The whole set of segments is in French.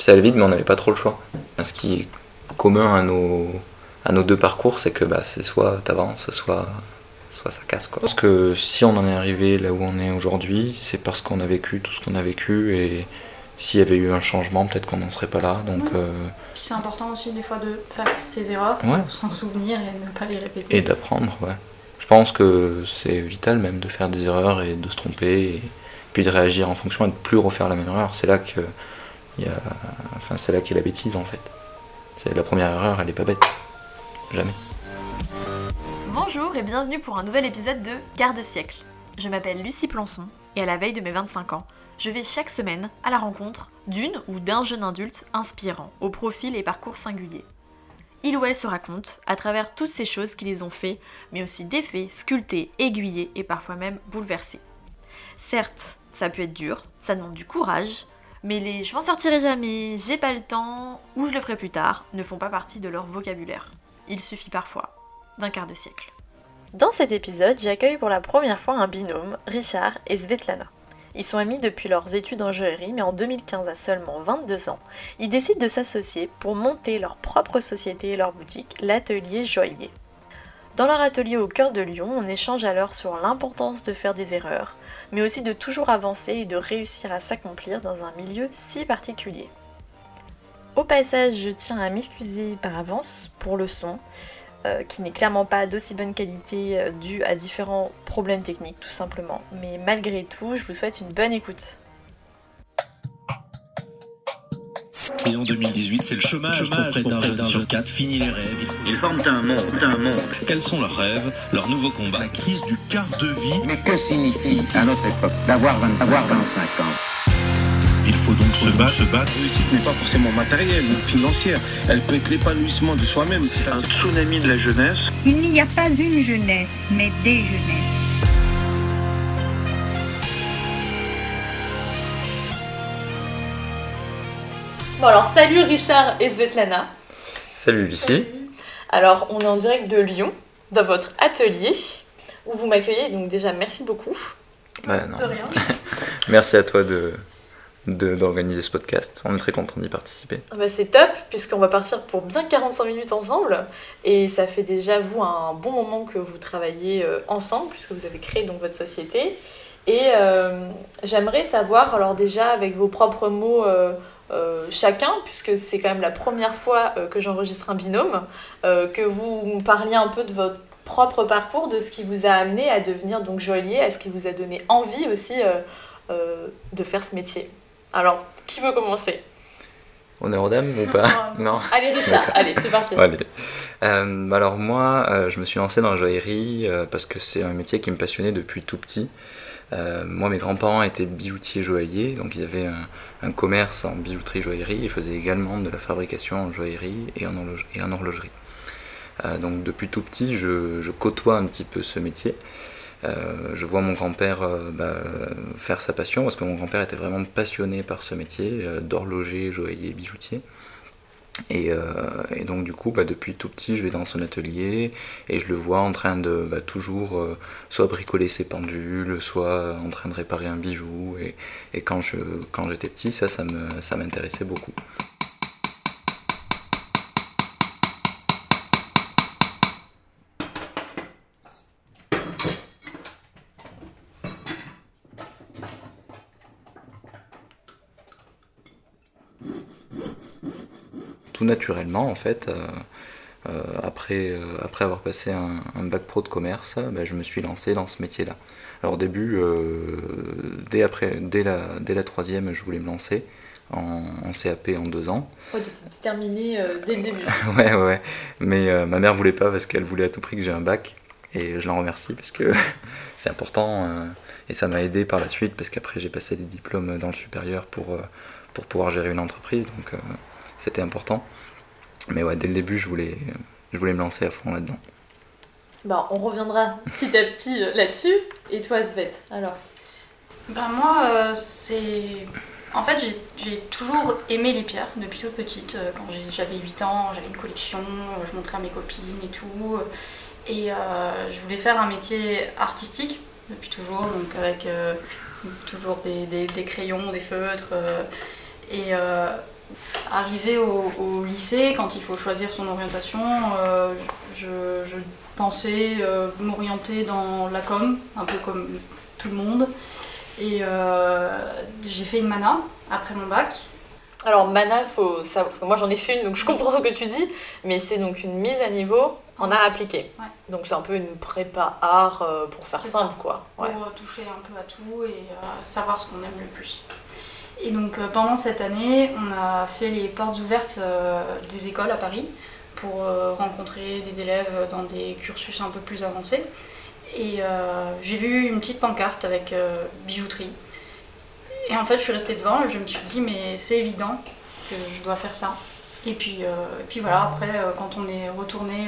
assez à la vide, mais on n'avait pas trop le choix. Ce qui est commun à nos deux parcours, c'est que c'est soit t'avances, soit ça casse, quoi. Je pense que si on en est arrivé là où on est aujourd'hui, c'est parce qu'on a vécu tout ce qu'on a vécu, et s'il y avait eu un changement, peut-être qu'on n'en serait pas là. Donc, Puis c'est important aussi des fois de faire ses erreurs pour s'en souvenir et ne pas les répéter. Et d'apprendre, ouais. Je pense que c'est vital même de faire des erreurs et de se tromper, et puis de réagir en fonction et de ne plus refaire la même erreur. C'est là qu'est la bêtise, en fait. C'est la première erreur, elle est pas bête. Jamais. Bonjour et bienvenue pour un nouvel épisode de Quart de siècle. Je m'appelle Lucie Plançon et à la veille de mes 25 ans, je vais chaque semaine à la rencontre d'une ou d'un jeune adulte inspirant, au profil et parcours singuliers. Il ou elle se raconte à travers toutes ces choses qui les ont fait, mais aussi défaits, sculptés, aiguillés et parfois même bouleversés. Certes, ça peut être dur, ça demande du courage, mais les « je m'en sortirai jamais »,« j'ai pas le temps » ou « je le ferai plus tard » ne font pas partie de leur vocabulaire. Il suffit parfois d'un quart de siècle. Dans cet épisode, j'accueille pour la première fois un binôme, Richard et Svetlana. Ils sont amis depuis leurs études en joaillerie, mais en 2015, à seulement 22 ans, ils décident de s'associer pour monter leur propre société et leur boutique, l'Atelier Joaillier. Dans leur atelier au cœur de Lyon, on échange alors sur l'importance de faire des erreurs, mais aussi de toujours avancer et de réussir à s'accomplir dans un milieu si particulier. Au passage, je tiens à m'excuser par avance pour le son, qui n'est clairement pas d'aussi bonne qualité dû à différents problèmes techniques tout simplement. Mais malgré tout, je vous souhaite une bonne écoute. Et en 2018, c'est le chômage pour près d'un jeune sur 4, fini les rêves. Ils forment un monde. Quels sont leurs rêves, leurs nouveaux combats? La crise du quart de vie. Mais que signifie, à notre époque, d'avoir 25 ans? Il faut donc se battre. La réussite n'est pas forcément matérielle ou financière. Elle peut être l'épanouissement de soi-même. C'est un tsunami de la jeunesse. Il n'y a pas une jeunesse, mais des jeunesses. Bon alors salut Richard et Svetlana. Salut Lucie. Alors on est en direct de Lyon, dans votre atelier, où vous m'accueillez, donc déjà merci beaucoup. Non. De rien. Merci à toi d'organiser ce podcast, on est très content d'y participer. C'est top, puisqu'on va partir pour bien 45 minutes ensemble, et ça fait déjà vous un bon moment que vous travaillez ensemble, puisque vous avez créé donc votre société, et j'aimerais savoir, alors déjà avec vos propres mots chacun, puisque c'est quand même la première fois que j'enregistre un binôme, que vous me parliez un peu de votre propre parcours, de ce qui vous a amené à devenir donc joaillier, à ce qui vous a donné envie aussi de faire ce métier. Alors, qui veut commencer? Honneur aux dames ou pas? Non. Allez Richard, allez, c'est parti. Allez. Alors moi, je me suis lancé dans la joaillerie parce que c'est un métier qui me passionnait depuis tout petit. Moi, mes grands-parents étaient bijoutiers joailliers, donc ils avaient un commerce en bijouterie joaillerie. Ils faisaient également de la fabrication en joaillerie et en horlogerie. Donc depuis tout petit, je côtoie un petit peu ce métier. Je vois mon grand-père faire sa passion, parce que mon grand-père était vraiment passionné par ce métier d'horloger, joaillier, bijoutier. Et donc du coup, depuis tout petit, je vais dans son atelier et je le vois en train de toujours soit bricoler ses pendules, soit en train de réparer un bijou. Et quand j'étais petit, ça m'intéressait beaucoup. Tout naturellement en fait, après avoir passé un bac pro de commerce, je me suis lancé dans ce métier là. Alors au début, dès la troisième, je voulais me lancer en CAP en 2 ans. Oh, t'étais déterminé dès le début. ouais, mais ma mère voulait pas parce qu'elle voulait à tout prix que j'ai un bac, et je l'en remercie parce que c'est important, et ça m'a aidé par la suite parce qu'après j'ai passé des diplômes dans le supérieur pour pouvoir gérer une entreprise, donc c'était important. Mais ouais, dès le début, je voulais me lancer à fond là-dedans. On reviendra petit à petit là-dessus. Et toi, Svet, alors? Moi, en fait, j'ai toujours aimé les pierres depuis toute petite. Quand j'avais 8 ans, j'avais une collection, je montrais à mes copines et tout. Et je voulais faire un métier artistique depuis toujours, donc avec toujours des crayons, des feutres. Arrivé au lycée, quand il faut choisir son orientation, je pensais m'orienter dans la com, un peu comme tout le monde. Et j'ai fait une mana après mon bac. Alors mana, faut savoir, parce que moi j'en ai fait une, donc je comprends ce que tu dis, mais c'est donc une mise à niveau en art appliqué. Ouais. Donc c'est un peu une prépa art pour faire C'est simple, ça. quoi. Ouais. Pour toucher un peu à tout et savoir ce qu'on aime le plus. Et donc pendant cette année, on a fait les portes ouvertes des écoles à Paris pour rencontrer des élèves dans des cursus un peu plus avancés. Et j'ai vu une petite pancarte avec bijouterie. Et en fait, je suis restée devant et je me suis dit, mais c'est évident que je dois faire ça. Et puis voilà, après, quand on est retourné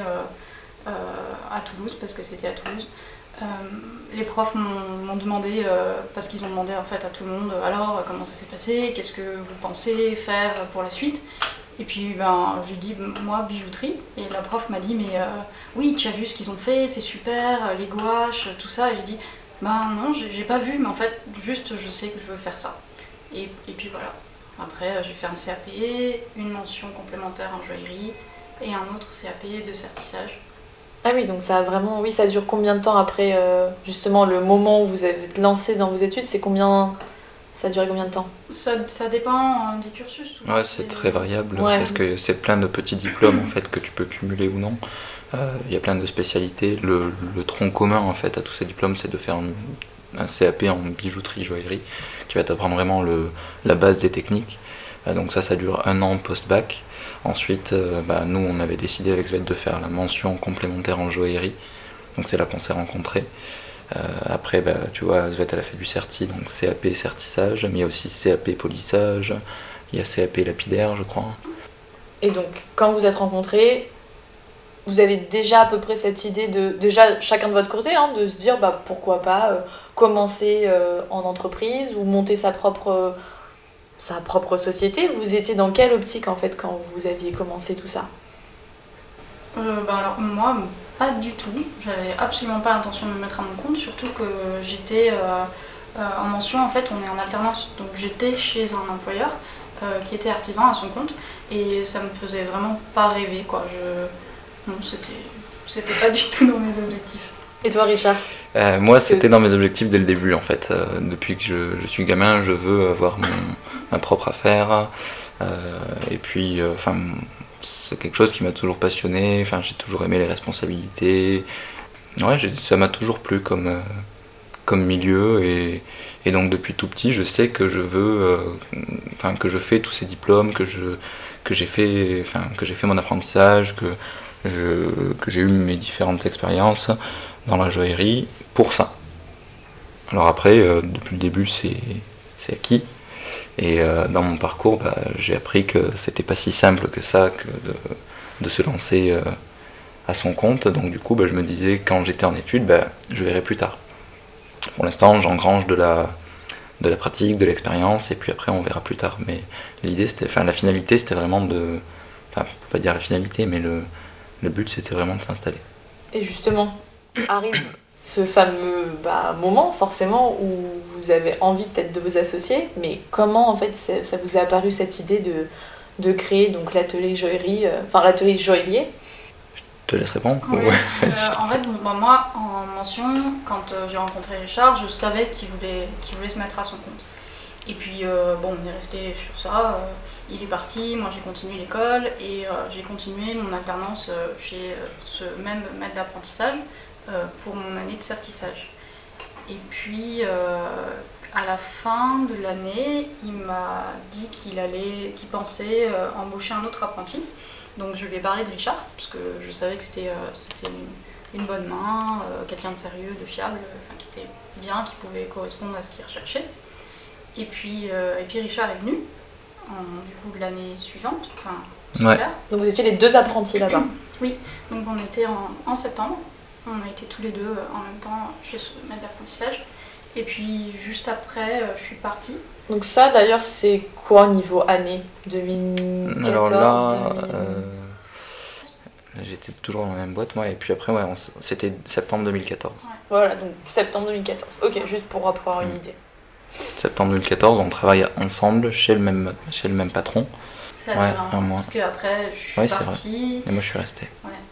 à Toulouse, parce que c'était à Toulouse, les profs m'ont demandé, parce qu'ils ont demandé en fait à tout le monde, alors comment ça s'est passé, qu'est-ce que vous pensez faire pour la suite. Et puis j'ai dit, moi, bijouterie. Et la prof m'a dit, mais oui, tu as vu ce qu'ils ont fait, c'est super, les gouaches, tout ça. Et j'ai dit, non, j'ai pas vu, mais en fait, juste, je sais que je veux faire ça. Et puis voilà. Après, j'ai fait un CAP, une mention complémentaire en joaillerie et un autre CAP de sertissage. Ah oui, donc ça a vraiment, oui, ça dure combien de temps après justement le moment où vous avez lancé dans vos études, c'est combien, ça a duré combien de temps? Ça dépend des cursus. Souvent, Ouais, c'est très variable, Ouais. parce que c'est plein de petits diplômes en fait que tu peux cumuler ou non. Il y a plein de spécialités. Le tronc commun en fait à tous ces diplômes, c'est de faire un CAP en bijouterie joaillerie qui va t'apprendre vraiment la base des techniques. Donc ça dure 1 an post-bac. Ensuite, nous on avait décidé avec Svet de faire la mention complémentaire en joaillerie. Donc c'est là qu'on s'est rencontrés. Après, tu vois, Svet elle a fait du certi, donc CAP sertissage, mais il y a aussi CAP polissage, il y a CAP lapidaire, je crois. Et donc, quand vous êtes rencontrés, vous avez déjà à peu près cette idée déjà chacun de votre côté, de se dire pourquoi pas commencer en entreprise ou monter sa propre société. Vous étiez dans quelle optique en fait quand vous aviez commencé tout ça? Alors moi, pas du tout. J'avais absolument pas l'intention de me mettre à mon compte, surtout que j'étais en mention, en fait, on est en alternance. Donc j'étais chez un employeur qui était artisan à son compte et ça me faisait vraiment pas rêver, quoi. Non, c'était pas du tout dans mes objectifs. Et toi, Richard? Moi, c'était dans mes objectifs dès le début, en fait. Depuis que je suis gamin, je veux avoir ma propre affaire. Et puis, c'est quelque chose qui m'a toujours passionné. J'ai toujours aimé les responsabilités. Ouais, ça m'a toujours plu comme milieu. Et donc, depuis tout petit, je sais que je veux, que je fais tous ces diplômes, que j'ai fait mon apprentissage, que j'ai eu mes différentes expériences dans la joaillerie pour ça. Alors après, depuis le début, c'est acquis. Et dans mon parcours, j'ai appris que c'était pas si simple que ça que de se lancer à son compte. Donc du coup, je me disais, quand j'étais en études, je verrai plus tard. Pour l'instant, j'engrange de la pratique, de l'expérience, et puis après, on verra plus tard. Mais l'idée, la finalité, c'était vraiment de... Enfin, on peut pas dire la finalité, mais le but, c'était vraiment de s'installer. Et justement, arrive ce fameux moment, forcément, où vous avez envie peut-être de vous associer, mais comment, en fait, ça vous est apparu cette idée de créer donc l'atelier joaillerie, l'atelier joaillier? Je te laisse répondre. Oui. Ouais. En fait, moi, en mention, quand j'ai rencontré Richard, je savais qu'il voulait se mettre à son compte. Et puis, on est resté sur ça. Il est parti, moi j'ai continué l'école et j'ai continué mon alternance chez ce même maître d'apprentissage pour mon année de sertissage. Et puis, à la fin de l'année, il m'a dit qu'il pensait embaucher un autre apprenti. Donc je lui ai parlé de Richard, parce que je savais que c'était une bonne main, quelqu'un de sérieux, de fiable, qui était bien, qui pouvait correspondre à ce qu'il recherchait. Et puis Richard est venu, du coup, de l'année suivante, super. Ouais. Donc vous étiez les deux apprentis là-bas? Oui, donc on était en septembre, on a été tous les deux en même temps chez ce maître d'apprentissage. Et puis juste après, je suis partie. Donc ça d'ailleurs, c'est quoi niveau année 2014? Alors là, j'étais toujours dans la même boîte, moi, et puis après, c'était septembre 2014. Ouais. Voilà, donc septembre 2014. Ok, juste pour avoir une idée. Septembre 2014, on travaille ensemble chez le même patron. Ça a Ouais, duré un un mois. mois. Parce qu'après, je suis Ouais, c'est partie. Et moi, je suis resté.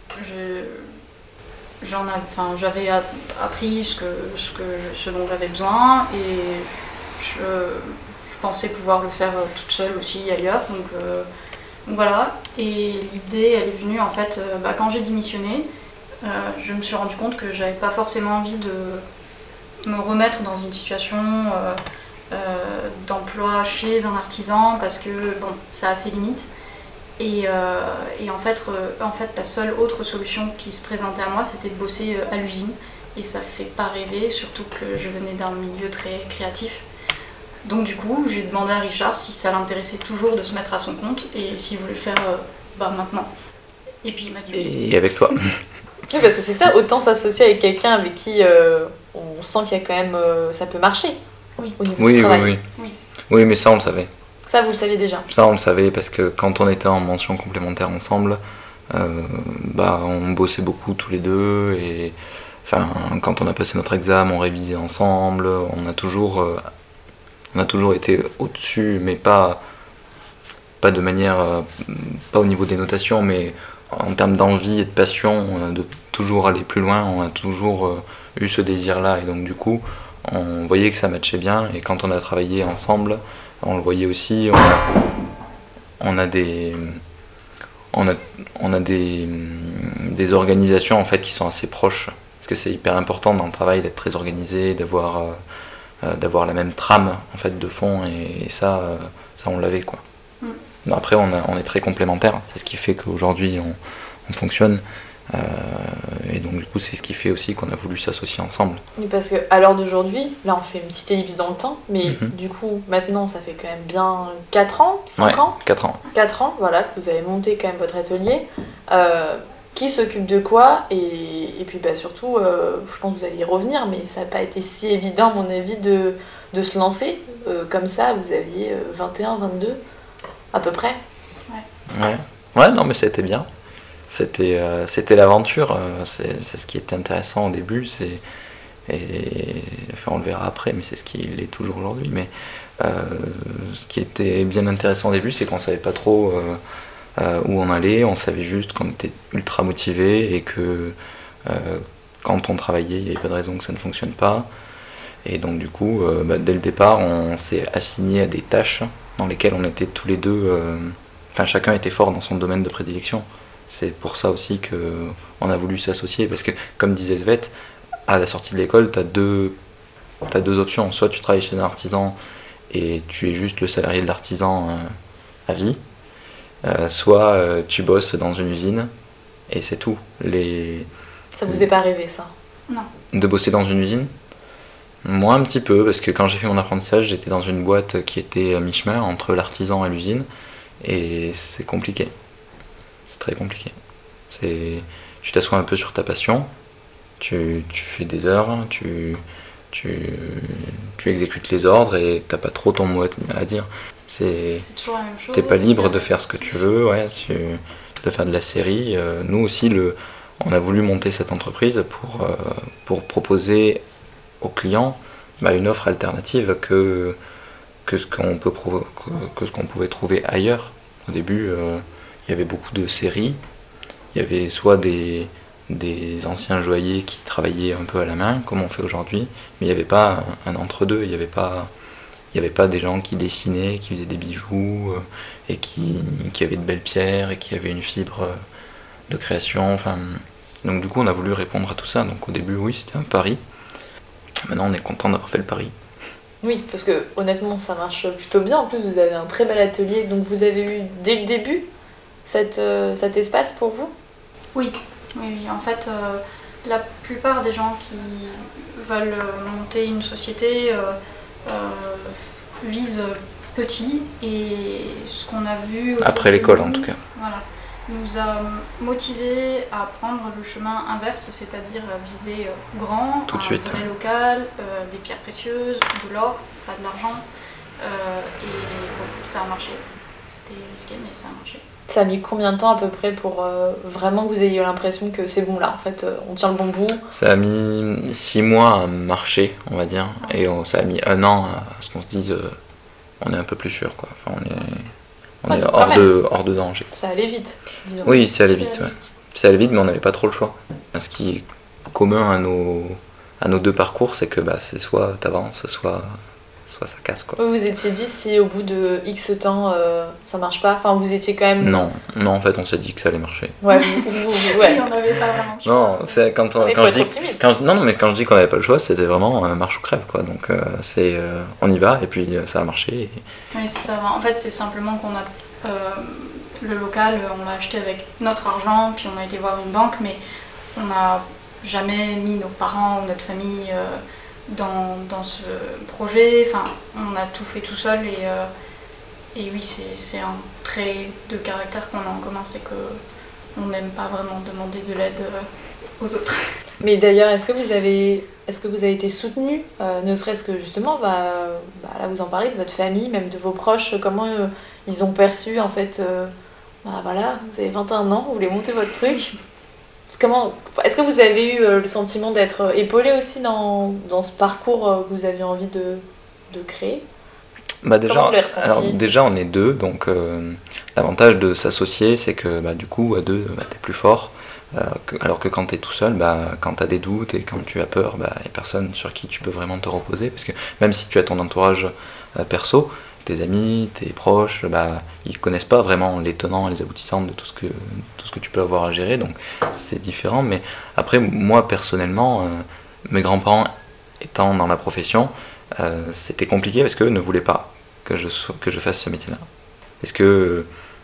J'avais appris ce dont j'avais besoin et je pensais pouvoir le faire toute seule aussi ailleurs. Donc voilà. Et l'idée, elle est venue en fait quand j'ai démissionné. Je me suis rendu compte que j'avais pas forcément envie de me remettre dans une situation d'emploi chez un artisan parce que ça a ses limites. Et en fait, la seule autre solution qui se présentait à moi, c'était de bosser à l'usine. Et ça fait pas rêver, surtout que je venais d'un milieu très créatif. Donc du coup, j'ai demandé à Richard si ça l'intéressait toujours de se mettre à son compte et s'il voulait le faire maintenant. Et puis il m'a dit oui. Et avec toi. Oui, parce que c'est ça, autant s'associer avec quelqu'un avec qui on sent qu'il y a quand même... ça peut marcher. Oui. Au niveau Oui, du travail. oui. Oui, mais ça, on le savait. Ça, vous le saviez déjà. Ça, on le savait parce que quand on était en mention complémentaire ensemble, on bossait beaucoup tous les deux. Et quand on a passé notre examen, on révisait ensemble. On a toujours été au-dessus, mais pas de manière, pas au niveau des notations, mais en termes d'envie et de passion, de toujours aller plus loin. On a toujours eu ce désir-là, et donc du coup, on voyait que ça matchait bien. Et quand on a travaillé ensemble, on le voyait aussi. On a des organisations en fait qui sont assez proches, parce que c'est hyper important dans le travail d'être très organisé, d'avoir la même trame en fait de fond, et ça on l'avait quoi. Après on est très complémentaires, c'est ce qui fait qu'aujourd'hui on fonctionne, et donc du coup c'est ce qui fait aussi qu'on a voulu s'associer ensemble. Oui, parce qu'à l'heure d'aujourd'hui, là on fait une petite ellipse dans le temps, mais du coup maintenant ça fait quand même bien 4 ans, 5 ans 4 ans. 4 ans, voilà, que vous avez monté quand même votre atelier. Qui s'occupe de quoi, et puis surtout, je pense que vous allez y revenir, mais ça n'a pas été si évident à mon avis de se lancer comme ça. Vous aviez 21, 22 à peu près. Ouais, non mais c'était bien. C'était l'aventure, c'est ce qui était intéressant au début, on le verra après, mais c'est ce qui l'est toujours aujourd'hui. Mais ce qui était bien intéressant au début, c'est qu'on savait pas trop où on allait, on savait juste qu'on était ultra motivé et que quand on travaillait, il n'y avait pas de raison que ça ne fonctionne pas. Et donc du coup, dès le départ, on s'est assigné à des tâches dans lesquelles on était tous les deux, chacun était fort dans son domaine de prédilection. C'est pour ça aussi qu'on a voulu s'associer, parce que comme disait Svet, à la sortie de l'école, t'as deux options. Soit tu travailles chez un artisan et tu es juste le salarié de l'artisan à vie, soit tu bosses dans une usine et c'est tout. Ça vous est pas arrivé ça? Non. De bosser dans une usine? Moi un petit peu, parce que quand j'ai fait mon apprentissage, j'étais dans une boîte qui était à mi-chemin entre l'artisan et l'usine, et c'est compliqué. C'est très compliqué. Tu t'assois un peu sur ta passion, tu fais des heures, tu exécutes les ordres et t'as pas trop ton mot à dire. C'est toujours la même chose. T'es pas libre de faire ce que tu veux, de faire de la série. Nous aussi, on a voulu monter cette entreprise pour proposer aux clients une offre alternative que ce qu'on pouvait trouver ailleurs. Au début, il y avait beaucoup de séries. Il y avait soit des anciens joailliers qui travaillaient un peu à la main, comme on fait aujourd'hui, mais il n'y avait pas un entre-deux. Il n'y avait pas des gens qui dessinaient, qui faisaient des bijoux, et qui avaient de belles pierres, et qui avaient une fibre de création. Donc du coup, on a voulu répondre à tout ça. Donc au début, oui, c'était un pari. Maintenant, on est content d'avoir fait le pari. Oui, parce que honnêtement, ça marche plutôt bien. En plus, vous avez un très bel atelier. Donc vous avez eu dès le début cet espace pour vous? Oui. En fait, la plupart des gens qui veulent monter une société visent petit, et ce qu'on a vu après l'école en tout cas, nous a motivés à prendre le chemin inverse, c'est-à-dire viser grand, tout de un suite, vrai local, des pierres précieuses, de l'or, pas de l'argent, et ça a marché. C'était risqué, mais ça a marché. Ça a mis combien de temps à peu près pour vraiment que vous ayez l'impression que c'est bon là, en fait, on tient le bon bout? Ça a mis 6 mois à marcher, on va dire, et ça a mis 1 an à ce qu'on se dise on est un peu plus sûr, quoi. On Ah, est donc quand hors de danger. Ça allait vite, disons. Oui, c'est allé C'est vite, allé ouais. vite. C'est allé vite, mais on n'avait pas trop le choix. Ce qui est commun à nos deux parcours, c'est que c'est soit t'avances, soit ça casse, quoi. Vous vous étiez dit si au bout de X temps ça marche pas, enfin vous étiez quand même... Non, en fait, on s'est dit que ça allait marcher. Ouais, ouais. Oui, on n'avait pas vraiment. Non, c'est quand Il faut je être dis optimiste. non, mais quand je dis qu'on n'avait pas le choix, c'était vraiment marche ou crève, quoi. Donc on y va et puis ça a marché. Et... Oui, c'est ça. En fait, c'est simplement qu'on a le local, on l'a acheté avec notre argent, puis on a été voir une banque, mais on n'a jamais mis nos parents ou notre famille dans ce projet. Enfin, on a tout fait tout seul et oui, c'est un trait de caractère qu'on a en commun, c'est qu'on n'aime pas vraiment demander de l'aide aux autres. Mais d'ailleurs, est-ce que vous avez été soutenu, ne serait-ce que justement, là vous en parlez de votre famille, même de vos proches, comment ils ont perçu en fait, voilà, vous avez 21 ans, vous voulez monter votre truc. Est-ce que vous avez eu le sentiment d'être épaulé aussi dans ce parcours que vous aviez envie de créer ? Comment vous l'avez ressenti ? Alors déjà on est deux, donc l'avantage de s'associer c'est que du coup à deux t'es plus fort, alors que quand t'es tout seul, quand t'as des doutes et quand tu as peur, y a personne sur qui tu peux vraiment te reposer, parce que même si tu as ton entourage perso, tes amis, tes proches, ils connaissent pas vraiment les tenants et les aboutissants de tout ce que tu peux avoir à gérer, donc c'est différent. Mais après moi personnellement, mes grands-parents étant dans la profession, c'était compliqué parce qu'eux ne voulaient pas que je fasse ce métier-là. Parce que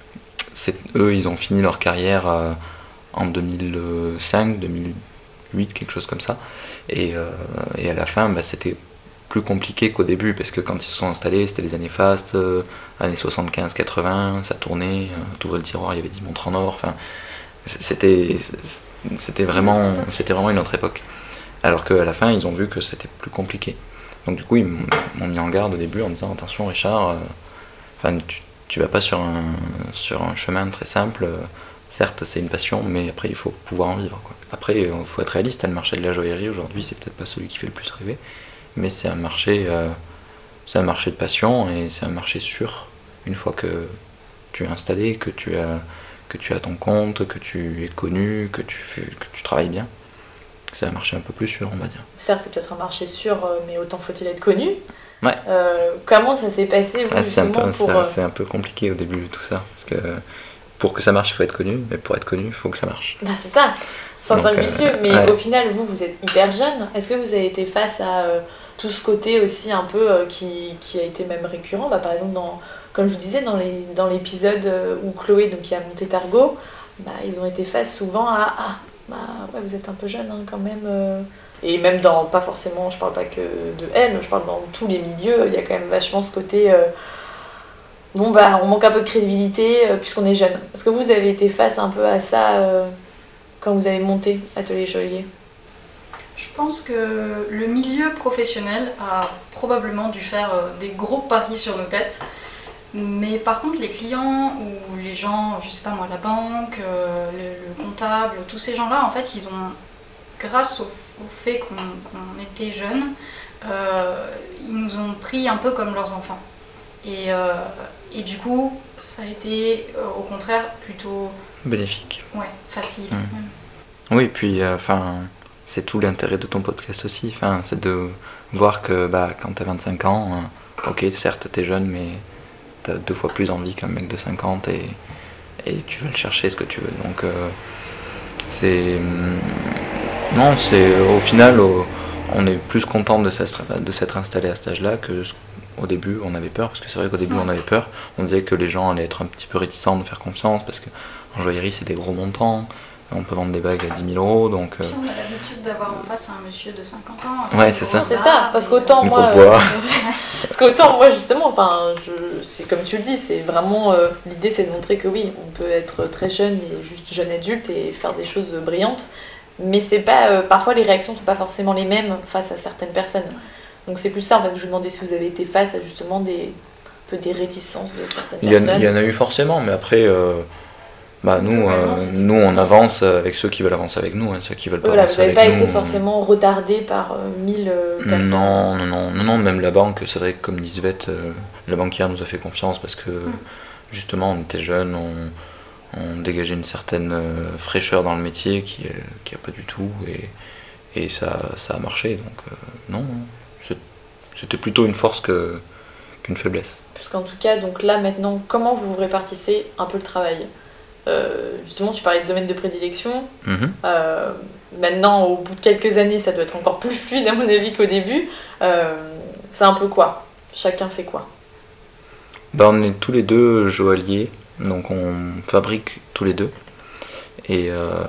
eux, ils ont fini leur carrière en 2005, 2008, quelque chose comme ça. Et à la fin, c'était plus compliqué qu'au début, parce que quand ils se sont installés, c'était les années fastes, années 75-80, ça tournait, t'ouvrais le tiroir, il y avait 10 montres en or, enfin, c'était vraiment une autre époque. Alors qu'à la fin, ils ont vu que c'était plus compliqué. Donc du coup, ils m'ont mis en garde au début en disant attention Richard, tu vas pas sur un chemin très simple. Certes, c'est une passion, mais après il faut pouvoir en vivre, quoi. Après, il faut être réaliste. Le marché de la joaillerie aujourd'hui, c'est peut-être pas celui qui fait le plus rêver, mais c'est un marché de passion et c'est un marché sûr. Une fois que tu es installé, que tu as ton compte, que tu es connu, que tu travailles bien. C'est un marché un peu plus sûr, on va dire. Certes, c'est peut-être un marché sûr, mais autant faut-il être connu. Ouais. Comment ça s'est passé, vous, justement, c'est un peu compliqué au début, tout ça. Parce que pour que ça marche, il faut être connu. Mais pour être connu, il faut que ça marche. C'est ça. C'est un cercle vicieux. Mais ouais. Au final, vous êtes hyper jeune. Est-ce que vous avez été face à tout ce côté aussi un peu qui a été même récurrent, par exemple, comme je vous disais, dans l'épisode où Chloé, donc, qui a monté Targo, ils ont été face souvent à... ouais, vous êtes un peu jeune quand même. Et même pas forcément, je parle pas que de elle, je parle dans tous les milieux, il y a quand même vachement ce côté on manque un peu de crédibilité puisqu'on est jeune. Est-ce que vous avez été face un peu à ça quand vous avez monté Atelier Joaillier ? Je pense que le milieu professionnel a probablement dû faire des gros paris sur nos têtes. Mais par contre, les clients ou les gens, je sais pas moi, la banque, le comptable, tous ces gens-là, en fait, ils ont, grâce au fait qu'on était jeunes, ils nous ont pris un peu comme leurs enfants. Et du coup, ça a été au contraire plutôt... bénéfique. Ouais, facile. Oui, puis c'est tout l'intérêt de ton podcast aussi. C'est de voir que quand t'as 25 ans, ok, certes t'es jeune, mais t'as 2 fois plus envie qu'un mec de 50 et tu veux le chercher ce que tu veux. Donc non, c'est au final on est plus content de s'être installé à cet âge-là que au début on avait peur, parce que c'est vrai qu'au début on avait peur, on disait que les gens allaient être un petit peu réticents de faire confiance parce que en joaillerie c'est des gros montants, on peut vendre des bagues à 10 000 €, donc... Puis on a l'habitude d'avoir en face un monsieur de 50 ans. Ouais, c'est ça. C'est ça, parce qu'autant moi... justement, c'est comme tu le dis, c'est vraiment... l'idée c'est de montrer que oui, on peut être très jeune et juste jeune adulte et faire des choses brillantes, mais c'est pas... parfois les réactions sont pas forcément les mêmes face à certaines personnes. Donc c'est plus ça, en fait, que je vous demandais si vous avez été face à justement des réticences de certaines personnes. Il y en a eu forcément, mais après... nous on avance avec ceux qui veulent avancer avec nous, ceux qui veulent pas avancer avec nous. Vous n'avez pas été forcément retardé par 1000 personnes. Non, même la banque, c'est vrai que comme dit Svette, la banquière nous a fait confiance parce que justement on était jeunes, on dégageait une certaine fraîcheur dans le métier qui a pas du tout, et ça a marché. Donc non, c'était plutôt une force qu'une faiblesse. Puisqu'en tout cas, donc là maintenant, comment vous répartissez un peu le travail ? Justement, tu parlais de domaine de prédilection. Maintenant, au bout de quelques années, ça doit être encore plus fluide à mon avis qu'au début. C'est un peu quoi ? Chacun fait quoi ? On est tous les deux joailliers, donc on fabrique tous les deux. Et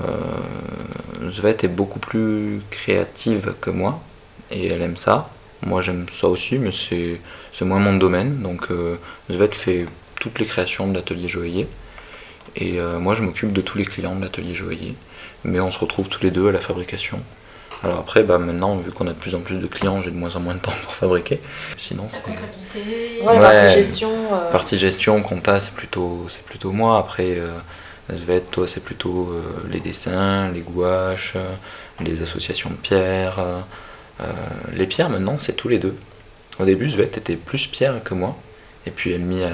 Svette est beaucoup plus créative que moi, et elle aime ça. Moi j'aime ça aussi, mais c'est moins mon domaine. Donc Svette fait toutes les créations de l'atelier joaillier, et moi je m'occupe de tous les clients de l'atelier joaillier. Mais on se retrouve tous les deux à la fabrication. Alors après, maintenant, vu qu'on a de plus en plus de clients, j'ai de moins en moins de temps pour fabriquer. Sinon, la comptabilité, la partie gestion. Partie gestion, compta, c'est plutôt moi. Après, Svette, toi, c'est plutôt les dessins, les gouaches, les associations de pierres. Les pierres, maintenant, c'est tous les deux. Au début, Svette était plus pierre que moi. Et puis elle m'y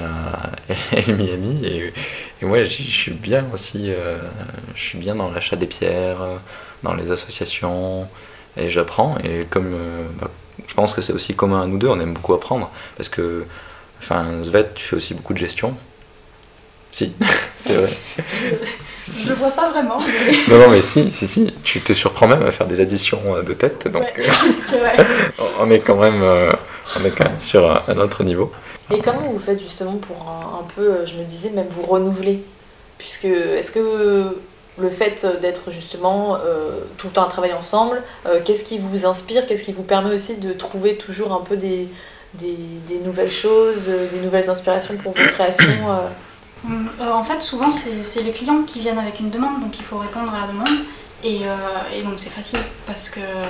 a mis, et moi je suis bien aussi, je suis bien dans l'achat des pierres, dans les associations, et j'apprends, et comme je pense que c'est aussi commun à nous deux, on aime beaucoup apprendre, parce que Svette, tu fais aussi beaucoup de gestion. Si, c'est vrai. Je le vois pas vraiment. Mais... Non, mais si, tu te surprends même à faire des additions de tête, donc ouais, c'est vrai. on est quand même sur un autre niveau. Et comment vous faites justement pour un peu, je me disais, même vous renouveler ? Puisque, est-ce que le fait d'être justement tout le temps à travailler ensemble, qu'est-ce qui vous inspire ? Qu'est-ce qui vous permet aussi de trouver toujours un peu des nouvelles choses, des nouvelles inspirations pour vos créations En fait, souvent, c'est les clients qui viennent avec une demande, donc il faut répondre à la demande. Et donc c'est facile, parce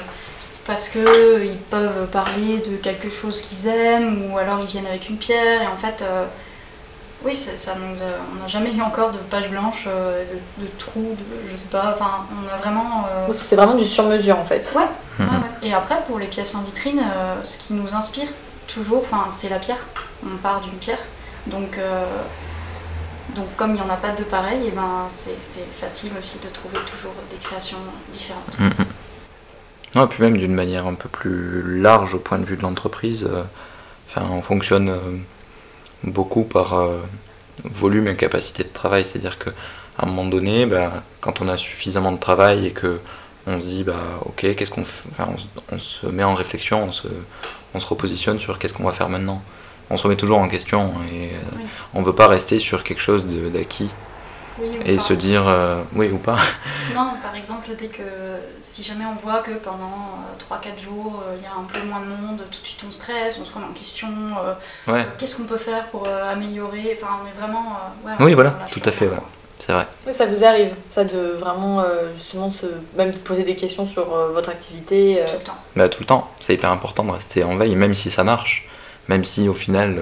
que ils peuvent parler de quelque chose qu'ils aiment, ou alors ils viennent avec une pierre, et en fait, oui, on n'a jamais eu encore de page blanche, de trous, je sais pas, enfin, on a vraiment... Parce que c'est vraiment du sur-mesure, en fait. Ouais. Et après, pour les pièces en vitrine, ce qui nous inspire toujours, c'est la pierre. On part d'une pierre, donc comme il n'y en a pas de pareil, c'est facile aussi de trouver toujours des créations différentes. Non, puis même d'une manière un peu plus large au point de vue de l'entreprise, on fonctionne beaucoup par volume et capacité de travail. C'est-à-dire qu'à un moment donné, quand on a suffisamment de travail et que on se dit ok, qu'est-ce qu'on fait, on se met en réflexion, on se repositionne sur qu'est-ce qu'on va faire maintenant. On se remet toujours en question, et on ne veut pas rester sur quelque chose d'acquis. Oui, et se dire oui ou pas. Non, par exemple, si jamais on voit que pendant 3-4 jours, il y a un peu moins de monde, tout de suite on stresse, on se remet en question, qu'est-ce qu'on peut faire pour améliorer, on est vraiment... oui, voilà, tout à fait, c'est vrai. Oui, ça vous arrive, ça de vraiment justement même de poser des questions sur votre activité Tout le temps. Tout le temps, c'est hyper important de rester en veille, même si ça marche, même si au final...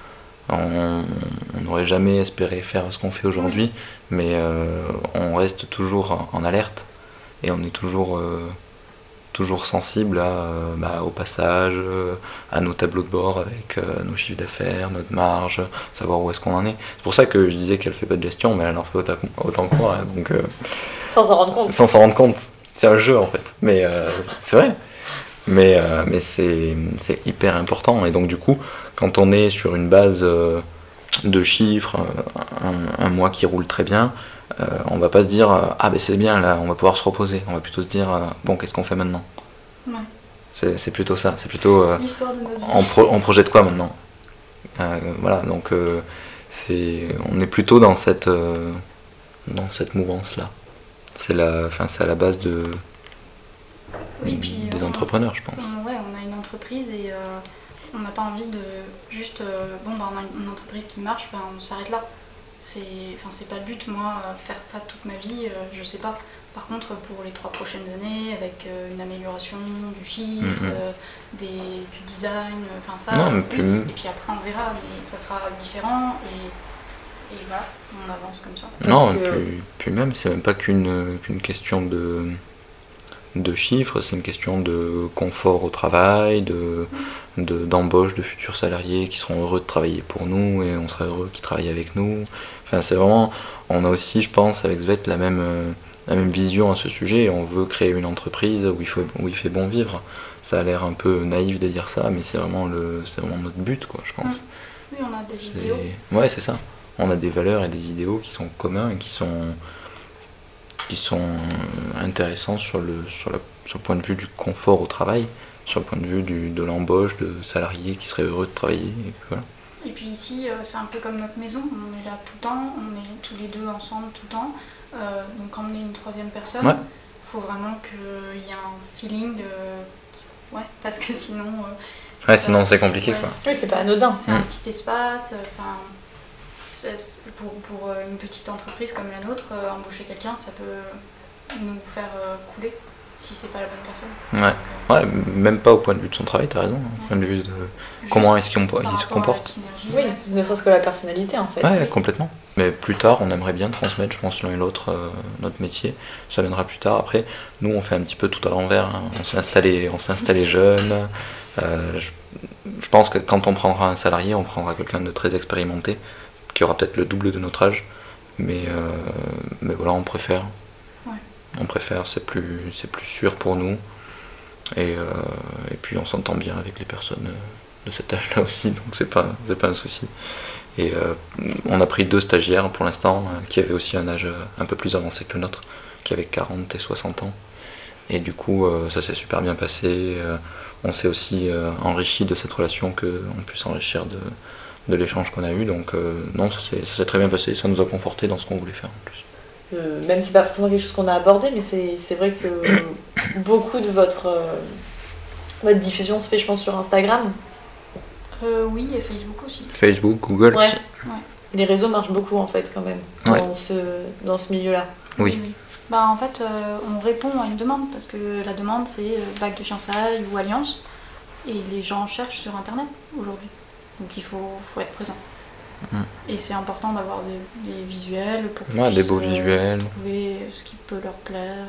on n'aurait jamais espéré faire ce qu'on fait aujourd'hui, mais on reste toujours en alerte, et on est toujours sensible au passage, à nos tableaux de bord avec nos chiffres d'affaires, notre marge, savoir où est-ce qu'on en est. C'est pour ça que je disais qu'elle fait pas de gestion, mais elle en fait autant que moi, donc, sans s'en rendre compte. Sans s'en rendre compte, c'est un jeu en fait, mais c'est vrai. Mais c'est hyper important, et donc du coup, quand on est sur une base de chiffres, un mois qui roule très bien, on va pas se dire c'est bien, là on va pouvoir se reposer. On va plutôt se dire qu'est-ce qu'on fait maintenant ? C'est plutôt ça, c'est plutôt l'histoire de ma vie. On projette quoi maintenant ? Voilà, donc on est plutôt dans cette mouvance là. C'est à la base des entrepreneurs, je pense. On a une entreprise, et on n'a pas envie de juste on a une entreprise qui marche, on s'arrête là. C'est pas le but, moi, faire ça toute ma vie, je sais pas. Par contre, pour les 3 prochaines années, avec une amélioration du chiffre, du design, ça, non, et puis après on verra, mais ça sera différent, et voilà, on avance comme ça. Non, puis même, c'est même pas qu'une question de chiffres, c'est une question de confort au travail, d'embauche de futurs salariés qui seront heureux de travailler pour nous et on sera heureux qu'ils travaillent avec nous. Enfin, c'est vraiment, on a aussi, je pense, avec Svet la même vision à ce sujet et on veut créer une entreprise où il fait bon vivre. Ça a l'air un peu naïf de dire ça, mais c'est vraiment notre but, quoi, je pense. Oui, on a des idéaux. Ouais, c'est ça. On a des valeurs et des idéaux qui sont communs et qui sont intéressants sur le point de vue du confort au travail, sur le point de vue de l'embauche de salariés qui seraient heureux de travailler. Et puis, voilà. Et puis ici, c'est un peu comme notre maison, on est là tout le temps, on est tous les deux ensemble tout le temps. Donc quand on est une troisième personne, il faut vraiment qu'il y ait un feeling, parce que sinon... sinon c'est compliqué, quoi. Oui, c'est pas anodin. C'est un petit espace, pour une petite entreprise comme la nôtre, embaucher quelqu'un, ça peut nous faire couler si c'est pas la bonne personne. Même pas au point de vue de son travail, t'as raison, au point de vue de comment est-ce qu'il se comporte. Oui, ne serait-ce que la personnalité en fait. Ouais, complètement. Mais plus tard, on aimerait bien transmettre, je pense, l'un et l'autre notre métier. Ça viendra plus tard. Après, nous, on fait un petit peu tout à l'envers. Hein. On s'est installé jeune. Je pense que quand on prendra un salarié, on prendra quelqu'un de très expérimenté, qui aura peut-être le double de notre âge. Mais voilà, on préfère. On préfère, c'est plus sûr pour nous. Et puis on s'entend bien avec les personnes de cet âge-là aussi, donc c'est pas un souci. Et on a pris 2 stagiaires pour l'instant, qui avaient aussi un âge un peu plus avancé que le nôtre, qui avaient 40 et 60 ans. Et du coup, ça s'est super bien passé. On s'est aussi enrichi de cette relation qu'on puisse s'enrichir de l'échange qu'on a eu. Donc non, ça s'est très bien passé, ça nous a conforté dans ce qu'on voulait faire en plus. Même si c'est pas forcément quelque chose qu'on a abordé, mais c'est vrai que beaucoup de votre diffusion se fait, je pense, sur Instagram. Oui, et Facebook aussi. Facebook, Google aussi. Les réseaux marchent beaucoup en fait quand même dans ce milieu-là. Oui. En fait, on répond à une demande parce que la demande c'est bague de fiançailles ou alliance et les gens cherchent sur internet aujourd'hui. Donc il faut être présent. Et c'est important d'avoir des visuels pour qu'ils des beaux visuels, trouver ce qui peut leur plaire.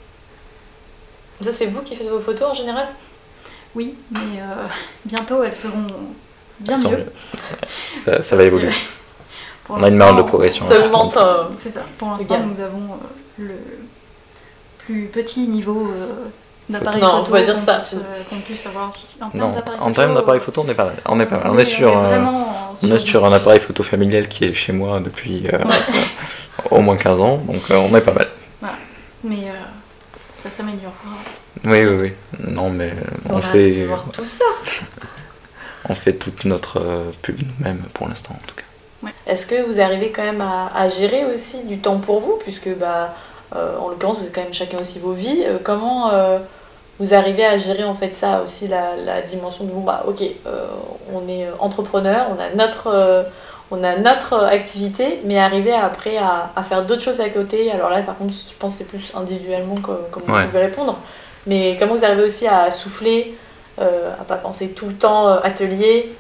Ça, c'est vous qui faites vos photos en général ? Oui, mais bientôt elles seront bien mieux. Ça va évoluer. On a une marge de progression. Ça augmente. C'est ça. Pour l'instant, nous avons le plus petit niveau d'appareil photo. On va dire qu'on puisse avoir aussi en termes d'appareil photo. On est pas mal. On est sur un appareil photo familial qui est chez moi depuis au moins 15 ans, donc on est pas mal. Voilà. Mais ça s'améliore. Oui. Non, mais on fait de voir tout ça. On fait toute notre pub nous-mêmes pour l'instant en tout cas. Ouais. Est-ce que vous arrivez quand même à gérer aussi du temps pour vous, puisque en l'occurrence vous avez quand même chacun aussi vos vies. Comment vous arrivez à gérer en fait ça aussi, la dimension de on est entrepreneur, on a notre activité, mais arriver après à faire d'autres choses à côté. Alors là par contre je pense que c'est plus individuellement comme vous pouvez répondre, mais comment vous arrivez aussi à souffler, à pas penser tout le temps atelier.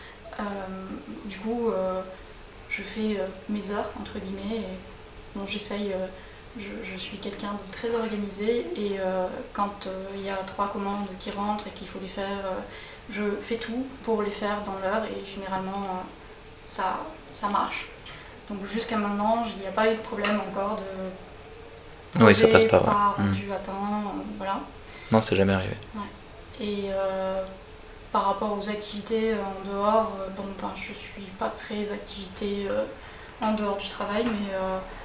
Du coup je fais mes heures entre guillemets et j'essaye. Je suis quelqu'un de très organisé et quand il y a 3 commandes qui rentrent et qu'il faut les faire, je fais tout pour les faire dans l'heure et généralement ça marche. Donc jusqu'à maintenant, il n'y a pas eu de problème encore de projet ça passe pas rendu à temps, voilà. Non, c'est jamais arrivé. Et par rapport aux activités en dehors, je suis pas très activité en dehors du travail, mais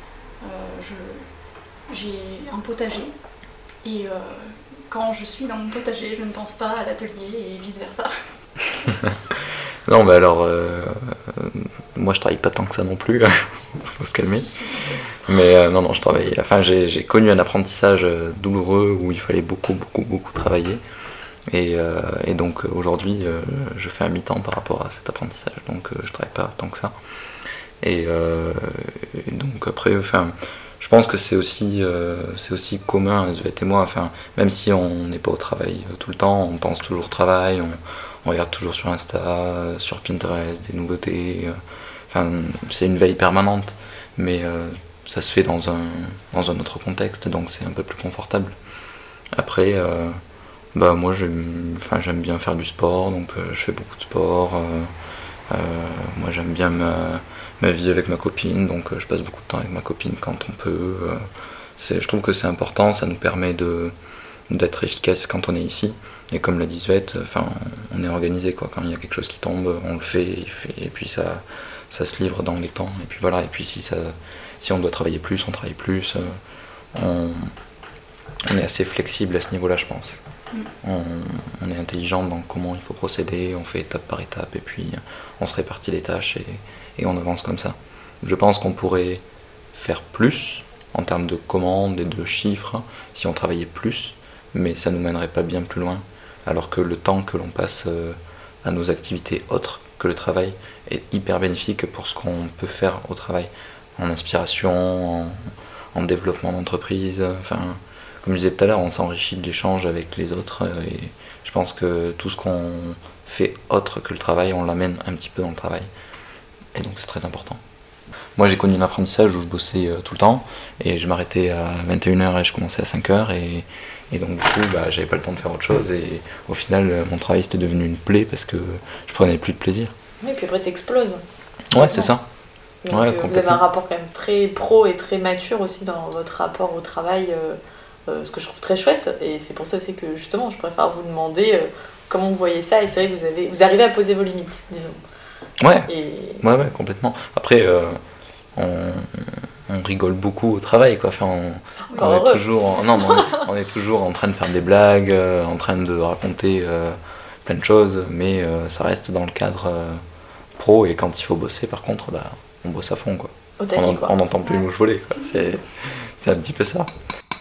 j'ai un potager et quand je suis dans mon potager, je ne pense pas à l'atelier et vice versa. Non, mais alors, moi je travaille pas tant que ça non plus, faut se calmer. Si. Mais non, je travaille. Enfin, j'ai connu un apprentissage douloureux où il fallait beaucoup travailler. Et donc aujourd'hui, je fais un mi-temps par rapport à cet apprentissage, donc je travaille pas tant que ça. Et donc après, je pense que c'est aussi commun à Svet et moi. Même si on n'est pas au travail tout le temps, on pense toujours au travail, on regarde toujours sur Insta, sur Pinterest, des nouveautés. C'est une veille permanente, mais ça se fait dans un autre contexte, donc c'est un peu plus confortable. Après, moi j'aime bien faire du sport, donc je fais beaucoup de sport. Moi j'aime bien ma vie avec ma copine, donc je passe beaucoup de temps avec ma copine quand on peut. Je trouve que c'est important, ça nous permet d'être efficace quand on est ici. Et comme l'a dit Svette, on est organisé quoi. Quand il y a quelque chose qui tombe, on le fait, et puis ça se livre dans les temps. Et puis voilà. Et puis si on doit travailler plus, on travaille plus. On est assez flexible à ce niveau-là, je pense. On est intelligent dans comment il faut procéder, on fait étape par étape, et puis on se répartit les tâches et on avance comme ça. Je pense qu'on pourrait faire plus en termes de commandes et de chiffres si on travaillait plus, mais ça nous mènerait pas bien plus loin, alors que le temps que l'on passe à nos activités autres que le travail est hyper bénéfique pour ce qu'on peut faire au travail, en inspiration, en développement d'entreprise. Comme je disais tout à l'heure, on s'enrichit de l'échange avec les autres, et je pense que tout ce qu'on fait autre que le travail, on l'amène un petit peu dans le travail, et donc c'est très important. Moi j'ai connu un apprentissage où je bossais tout le temps, et je m'arrêtais à 21h et je commençais à 5h, et donc du coup j'avais pas le temps de faire autre chose, et au final mon travail c'était devenu une plaie parce que je prenais plus de plaisir. Oui, puis après t'exploses. Ouais, c'est ça. Donc, vous avez un rapport quand même très pro et très mature aussi dans votre rapport au travail, ce que je trouve très chouette, et c'est pour ça aussi que justement je préfère vous demander comment vous voyez ça, et c'est vrai que vous arrivez à poser vos limites, disons. Ouais, ouais, complètement. Après, on rigole beaucoup au travail, quoi. On est toujours, on est toujours en train de faire des blagues, en train de raconter plein de choses, mais ça reste dans le cadre pro, et quand il faut bosser, par contre, on bosse à fond, quoi. On n'entend plus les mouches voler, quoi. C'est un petit peu ça.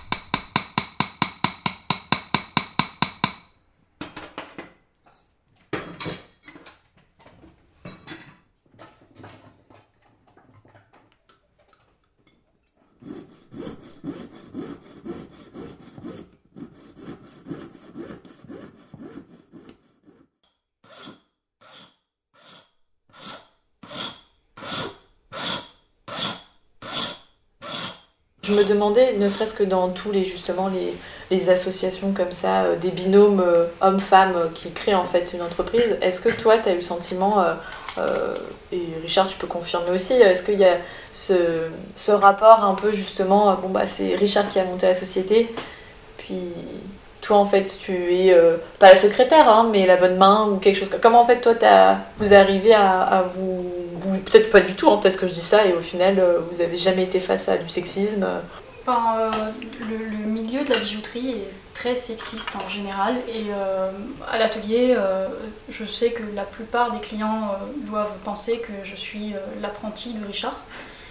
Je me demandais, ne serait-ce que dans tous les associations comme ça, des binômes hommes-femmes qui créent en fait une entreprise, est-ce que toi tu as eu le sentiment, et Richard tu peux confirmer aussi, est-ce qu'il y a ce rapport un peu justement, c'est Richard qui a monté la société, puis toi en fait tu es pas la secrétaire mais la bonne main ou quelque chose comme... Comment en fait toi vous arrivez à vous... Peut-être pas du tout, peut-être que je dis ça et au final vous avez jamais été face à du sexisme. Le milieu de la bijouterie est très sexiste en général, et à l'atelier je sais que la plupart des clients doivent penser que je suis l'apprentie de Richard.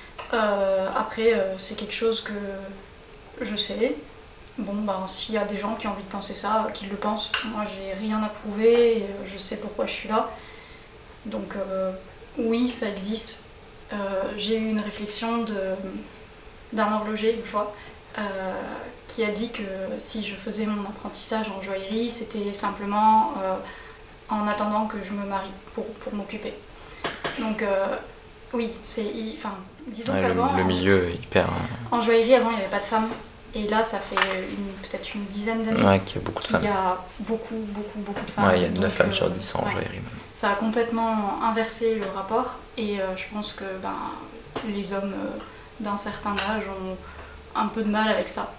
Après c'est quelque chose que je sais. S'il y a des gens qui ont envie de penser ça, qu'ils le pensent. Moi j'ai rien à prouver, et je sais pourquoi je suis là. Donc oui, ça existe. J'ai eu une réflexion d'un horloger une fois qui a dit que si je faisais mon apprentissage en joaillerie, c'était simplement en attendant que je me marie pour m'occuper. Donc oui, disons qu'avant... Le milieu est hyper... En joaillerie, avant, il n'y avait pas de femmes. Et là, ça fait peut-être une dizaine d'années qu'il y a beaucoup de femmes. Il y a beaucoup de femmes. Ouais, il y a 9 femmes sur 10 en joaillerie. Ça a complètement inversé le rapport, et je pense que les hommes d'un certain âge ont un peu de mal avec ça.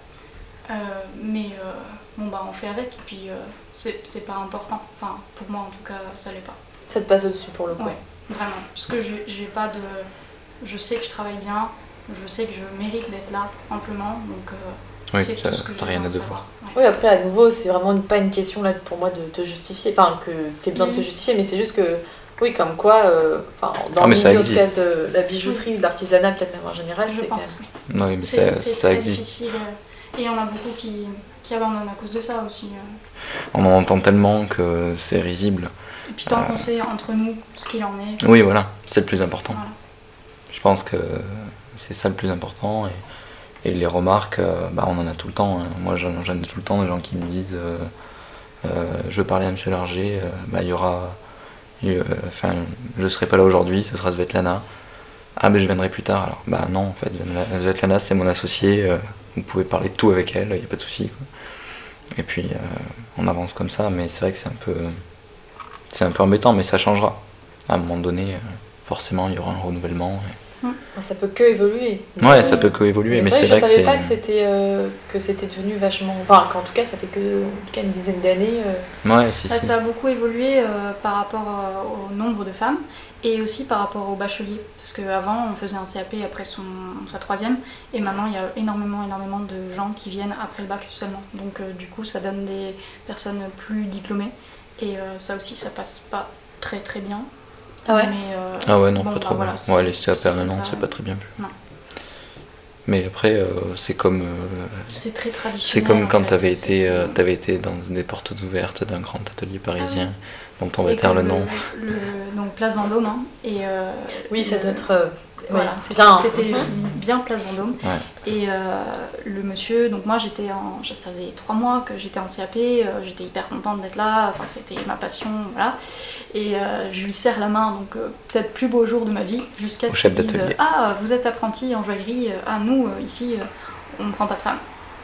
On fait avec, et puis c'est pas important. Enfin, pour moi en tout cas, ça l'est pas. Ça te passe au-dessus pour le coup. Ouais, vraiment. Parce que j'ai pas de... Je sais que je travaille bien, je sais que je mérite d'être là amplement, donc c'est tout ce que j'ai rien besoin à de savoir. Ouais. Oui, après à nouveau, c'est vraiment pas une question là pour moi de te justifier, que t'aies besoin de te justifier, mais c'est juste que, oui, comme quoi, dans le milieu en tout cas de la bijouterie, de l'artisanat peut-être même en général, c'est quand même... Oui, mais ça existe. Difficile, et il y en a beaucoup qui abandonnent à cause de ça aussi. On en entend tellement que c'est risible. Et puis tant qu'on sait entre nous ce qu'il en est. Oui, voilà, c'est le plus important. Voilà. Je pense que c'est ça le plus important, et les remarques, on en a tout le temps. Moi j'en ai tout le temps des gens qui me disent je veux parler à monsieur Larger, il y aura... je serai pas là aujourd'hui, ce sera Svetlana. Ah je viendrai plus tard. Alors non, en fait Svetlana c'est mon associée, vous pouvez parler de tout avec elle, il n'y a pas de souci, quoi. Et puis on avance comme ça, mais c'est vrai que c'est un peu embêtant, mais ça changera. À un moment donné, forcément, il y aura un renouvellement. Ça peut que évoluer. Ouais, ça peut que évoluer, mais c'est vrai je savais pas que c'était devenu vachement... Enfin, qu'en tout cas, ça fait que une dizaine d'années. Ouais, si. Ça a beaucoup évolué par rapport au nombre de femmes et aussi par rapport aux bacheliers. Parce qu'avant, on faisait un CAP après sa troisième, et maintenant, il y a énormément de gens qui viennent après le bac seulement. Donc, du coup, ça donne des personnes plus diplômées, et ça aussi, ça passe pas très très bien. Ah ouais. Mais, ouais, non, pas trop bien. Voilà, les CAP maintenant, c'est pas très bien vu. Non. Mais après, c'est comme... c'est très traditionnel. C'est comme quand t'avais été dans des portes ouvertes d'un grand atelier parisien, dont on va taire le nom. Donc Place Vendôme. Hein, et, oui, ça doit être... voilà, bien. C'était bien Place Vendôme. Ouais. Et le monsieur, donc moi ça faisait 3 mois que j'étais en CAP, j'étais hyper contente d'être là, enfin, c'était ma passion, voilà. Et je lui serre la main, donc peut-être plus beau jour de ma vie, jusqu'à ce qu'il dise « Ah, vous êtes apprenti en joaillerie, nous, ici, on ne prend pas de femmes ».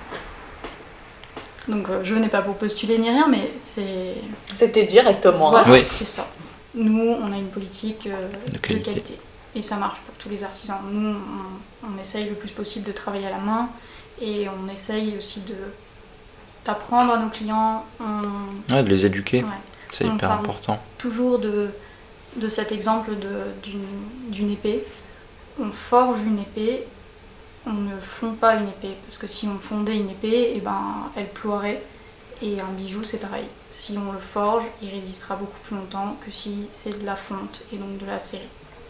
Donc je venais pas pour postuler ni rien, mais c'était directement. Voilà, oui. c'est ça. Nous, on a une politique de qualité. Et ça marche pour tous les artisans. Nous, on essaye le plus possible de travailler à la main, et on essaye aussi d'apprendre à nos clients. Ouais, de les éduquer, ouais. C'est hyper important. Toujours de cet exemple d'une épée. On forge une épée, on ne fond pas une épée, parce que si on fondait une épée, eh ben, elle ploierait. Et un bijou, c'est pareil. Si on le forge, il résistera beaucoup plus longtemps que si c'est de la fonte et donc de la serrer.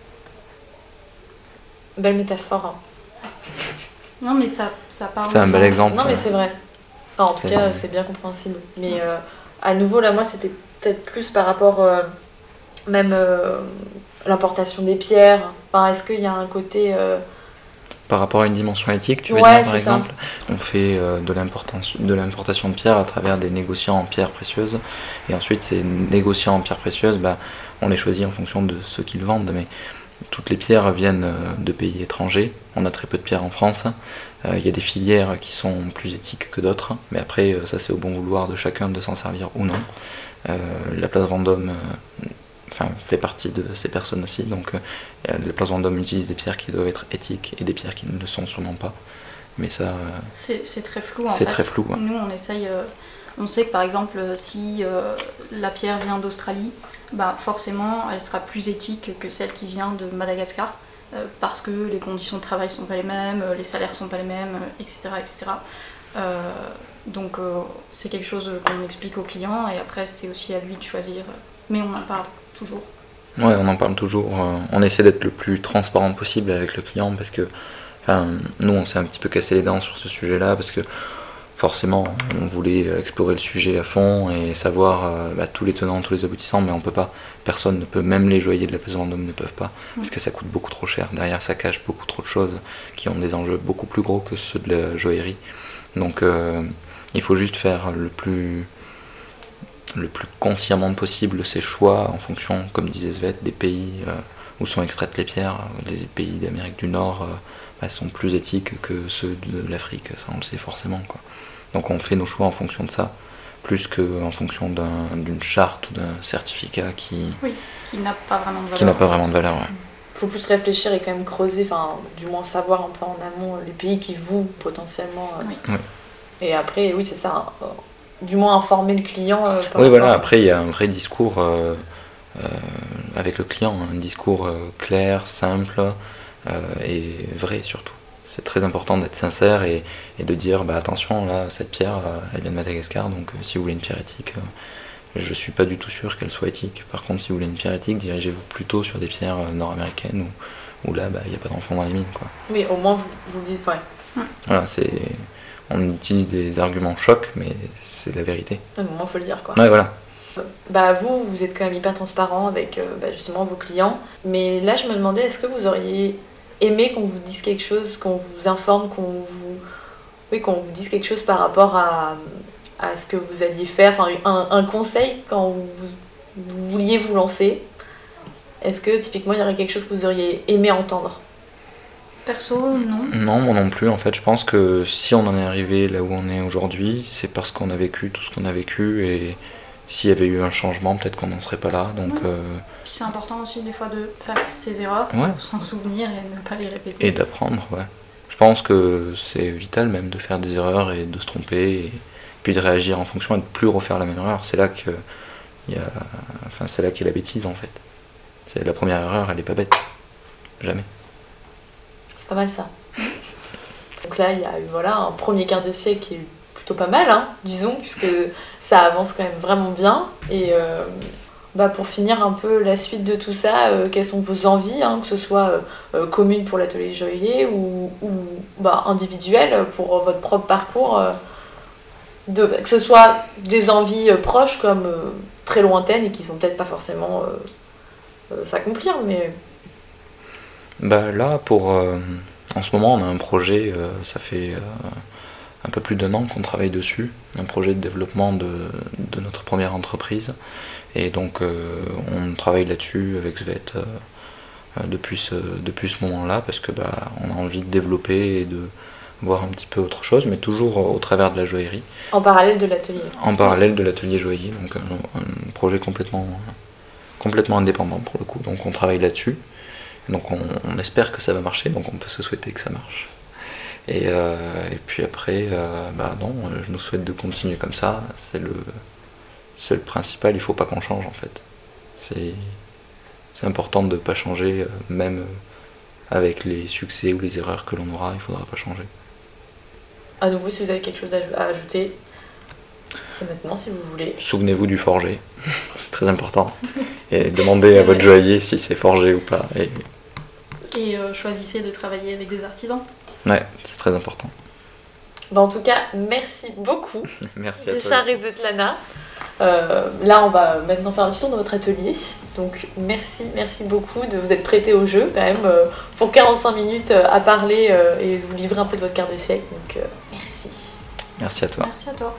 Belle métaphore. Hein. Non, mais ça parle. C'est un bel exemple. Non, mais c'est vrai. Enfin, en tout cas, c'est bien compréhensible. Mais à nouveau, là, moi, c'était peut-être plus par rapport même l'importation des pierres. Enfin, est-ce qu'il y a un côté... Par rapport à une dimension éthique, tu veux dire, par exemple, on fait de l'importation de pierres à travers des négociants en pierres précieuses. Et ensuite, ces négociants en pierres précieuses, on les choisit en fonction de ce qu'ils vendent. Mais toutes les pierres viennent de pays étrangers. On a très peu de pierres en France. Il y a des filières qui sont plus éthiques que d'autres. Mais après, ça c'est au bon vouloir de chacun de s'en servir ou non. La place Vendôme fait partie de ces personnes aussi. Donc la place Vendôme utilise des pierres qui doivent être éthiques et des pierres qui ne le sont sûrement pas. Mais ça... c'est très flou en fait. C'est très flou. Ouais. Nous on essaye... on sait que par exemple si la pierre vient d'Australie, forcément elle sera plus éthique que celle qui vient de Madagascar, parce que les conditions de travail sont pas les mêmes, les salaires sont pas les mêmes, etc. etc. Donc c'est quelque chose qu'on explique aux clients, et après c'est aussi à lui de choisir, mais on en parle toujours. Ouais, on en parle toujours. On essaie d'être le plus transparent possible avec le client, parce que nous on s'est un petit peu cassé les dents sur ce sujet-là, parce que forcément, on voulait explorer le sujet à fond et savoir tous les tenants, tous les aboutissants, mais on peut pas. Personne ne peut, même les joailliers de la place Vendôme ne peuvent pas, parce que ça coûte beaucoup trop cher. Derrière, ça cache beaucoup trop de choses qui ont des enjeux beaucoup plus gros que ceux de la joaillerie. Donc, il faut juste faire le plus consciemment possible ses choix en fonction, comme disait Svet, des pays où sont extraites les pierres. Les pays d'Amérique du Nord sont plus éthiques que ceux de l'Afrique, ça on le sait forcément, quoi. Donc on fait nos choix en fonction de ça, plus qu'en fonction d'une charte ou d'un certificat qui n'a pas vraiment de valeur. Qui n'a pas vraiment de valeur, ouais. Faut plus réfléchir et quand même creuser, enfin du moins savoir un peu en amont les pays qui vouent potentiellement. Oui. Et après, oui c'est ça, du moins informer le client. Oui voilà, après il y a un vrai discours avec le client, un discours clair, simple et vrai surtout. C'est très important d'être sincère et de dire attention, là cette pierre elle vient de Madagascar, donc si vous voulez une pierre éthique, je suis pas du tout sûr qu'elle soit éthique. Par contre, si vous voulez une pierre éthique, dirigez-vous plutôt sur des pierres nord-américaines où là il n'y a pas d'enfants dans les mines, quoi. Oui, au moins vous le dites, ouais. Voilà, on utilise des arguments chocs, mais c'est la vérité. Au moins faut le dire, quoi. Ouais, voilà. Vous êtes quand même hyper transparent avec justement vos clients, mais là je me demandais, est-ce que vous auriez aimé qu'on vous dise quelque chose, qu'on vous informe, qu'on vous dise quelque chose par rapport à ce que vous alliez faire, enfin un conseil quand vous vouliez vous lancer? Est-ce que typiquement il y aurait quelque chose que vous auriez aimé entendre? Perso, non. Non, moi non plus. En fait, je pense que si on en est arrivé là où on est aujourd'hui, c'est parce qu'on a vécu tout ce qu'on a vécu, et s'il y avait eu un changement, peut-être qu'on n'en serait pas là. Donc, Puis c'est important aussi des fois de faire ses erreurs Ouais. pour s'en souvenir et ne pas les répéter. et d'apprendre, ouais. Je pense que c'est vital même de faire des erreurs et de se tromper, et puis de réagir en fonction et de plus refaire la même erreur. C'est là que c'est là qu'est la bêtise en fait. C'est la première erreur, elle est pas bête. Jamais. C'est pas mal ça. Donc là, il y a eu un premier quart de siècle qui est plutôt pas mal, disons, puisque ça avance quand même vraiment bien. Et pour finir un peu la suite de tout ça, quelles sont vos envies, que ce soit communes pour l'atelier joaillier ou individuelles pour votre propre parcours, que ce soit des envies proches comme très lointaines et qui ne vont peut-être pas forcément s'accomplir, mais... Là, en ce moment, on a un projet, ça fait un peu plus d'1 an qu'on travaille dessus, un projet de développement de notre première entreprise. Et donc, on travaille là-dessus avec Svet depuis ce moment-là, parce que on a envie de développer et de voir un petit peu autre chose, mais toujours au travers de la joaillerie. En parallèle de l'atelier. En parallèle de l'atelier joaillier, donc un projet complètement indépendant pour le coup. Donc on travaille là-dessus. Donc on espère que ça va marcher, donc on peut se souhaiter que ça marche. Et puis après, je nous souhaite de continuer comme ça. C'est le principal, il faut pas qu'on change en fait. C'est important de ne pas changer, même avec les succès ou les erreurs que l'on aura, il faudra pas changer. À nouveau, si vous avez quelque chose à ajouter, c'est maintenant si vous voulez. Souvenez-vous du forger, c'est très important. Et demandez à votre joaillier si c'est forgé ou pas. Et choisissez de travailler avec des artisans. Ouais, c'est très important. En tout cas, merci beaucoup. Merci à toi. Richard et Svetlana. Là, on va maintenant faire un petit tour dans votre atelier. Donc, merci beaucoup de vous être prêtés au jeu, quand même, pour 45 minutes à parler et vous livrer un peu de votre quart de siècle. Donc, merci. Merci à toi. Merci à toi.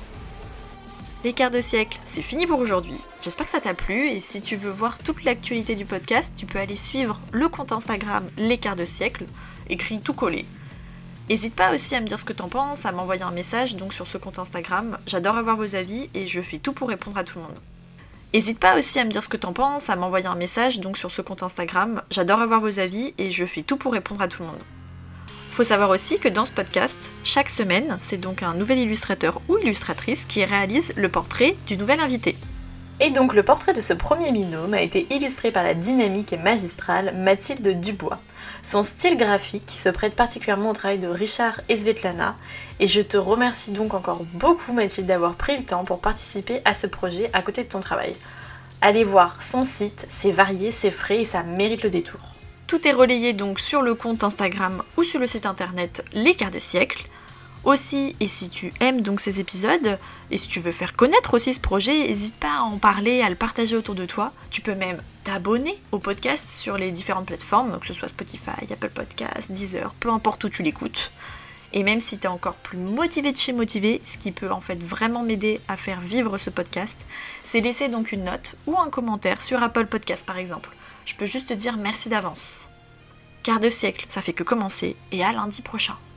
Les quarts de siècle, c'est fini pour aujourd'hui. J'espère que ça t'a plu et si tu veux voir toute l'actualité du podcast, tu peux aller suivre le compte Instagram Les quarts de siècle, écrit tout collé. N'hésite pas aussi à me dire ce que t'en penses, à m'envoyer un message donc sur ce compte Instagram. J'adore avoir vos avis et je fais tout pour répondre à tout le monde. N'hésite pas aussi à me dire ce que t'en penses, à m'envoyer un message donc sur ce compte Instagram. J'adore avoir vos avis et je fais tout pour répondre à tout le monde. Faut savoir aussi que dans ce podcast, chaque semaine, c'est donc un nouvel illustrateur ou illustratrice qui réalise le portrait du nouvel invité. Et donc le portrait de ce premier binôme a été illustré par la dynamique et magistrale Mathilde Dubois. Son style graphique se prête particulièrement au travail de Richard et Svetlana, et je te remercie donc encore beaucoup Mathilde d'avoir pris le temps pour participer à ce projet à côté de ton travail. Allez voir son site, c'est varié, c'est frais et ça mérite le détour. Tout est relayé donc sur le compte Instagram ou sur le site internet Les Quarts de Siècle. Aussi, et si tu aimes donc ces épisodes, et si tu veux faire connaître aussi ce projet, n'hésite pas à en parler, à le partager autour de toi. Tu peux même t'abonner au podcast sur les différentes plateformes, que ce soit Spotify, Apple Podcasts, Deezer, peu importe où tu l'écoutes. Et même si tu es encore plus motivé de chez motivé, ce qui peut en fait vraiment m'aider à faire vivre ce podcast, c'est laisser donc une note ou un commentaire sur Apple Podcasts par exemple. Je peux juste te dire merci d'avance. Quart de siècle, ça fait que commencer, et à lundi prochain.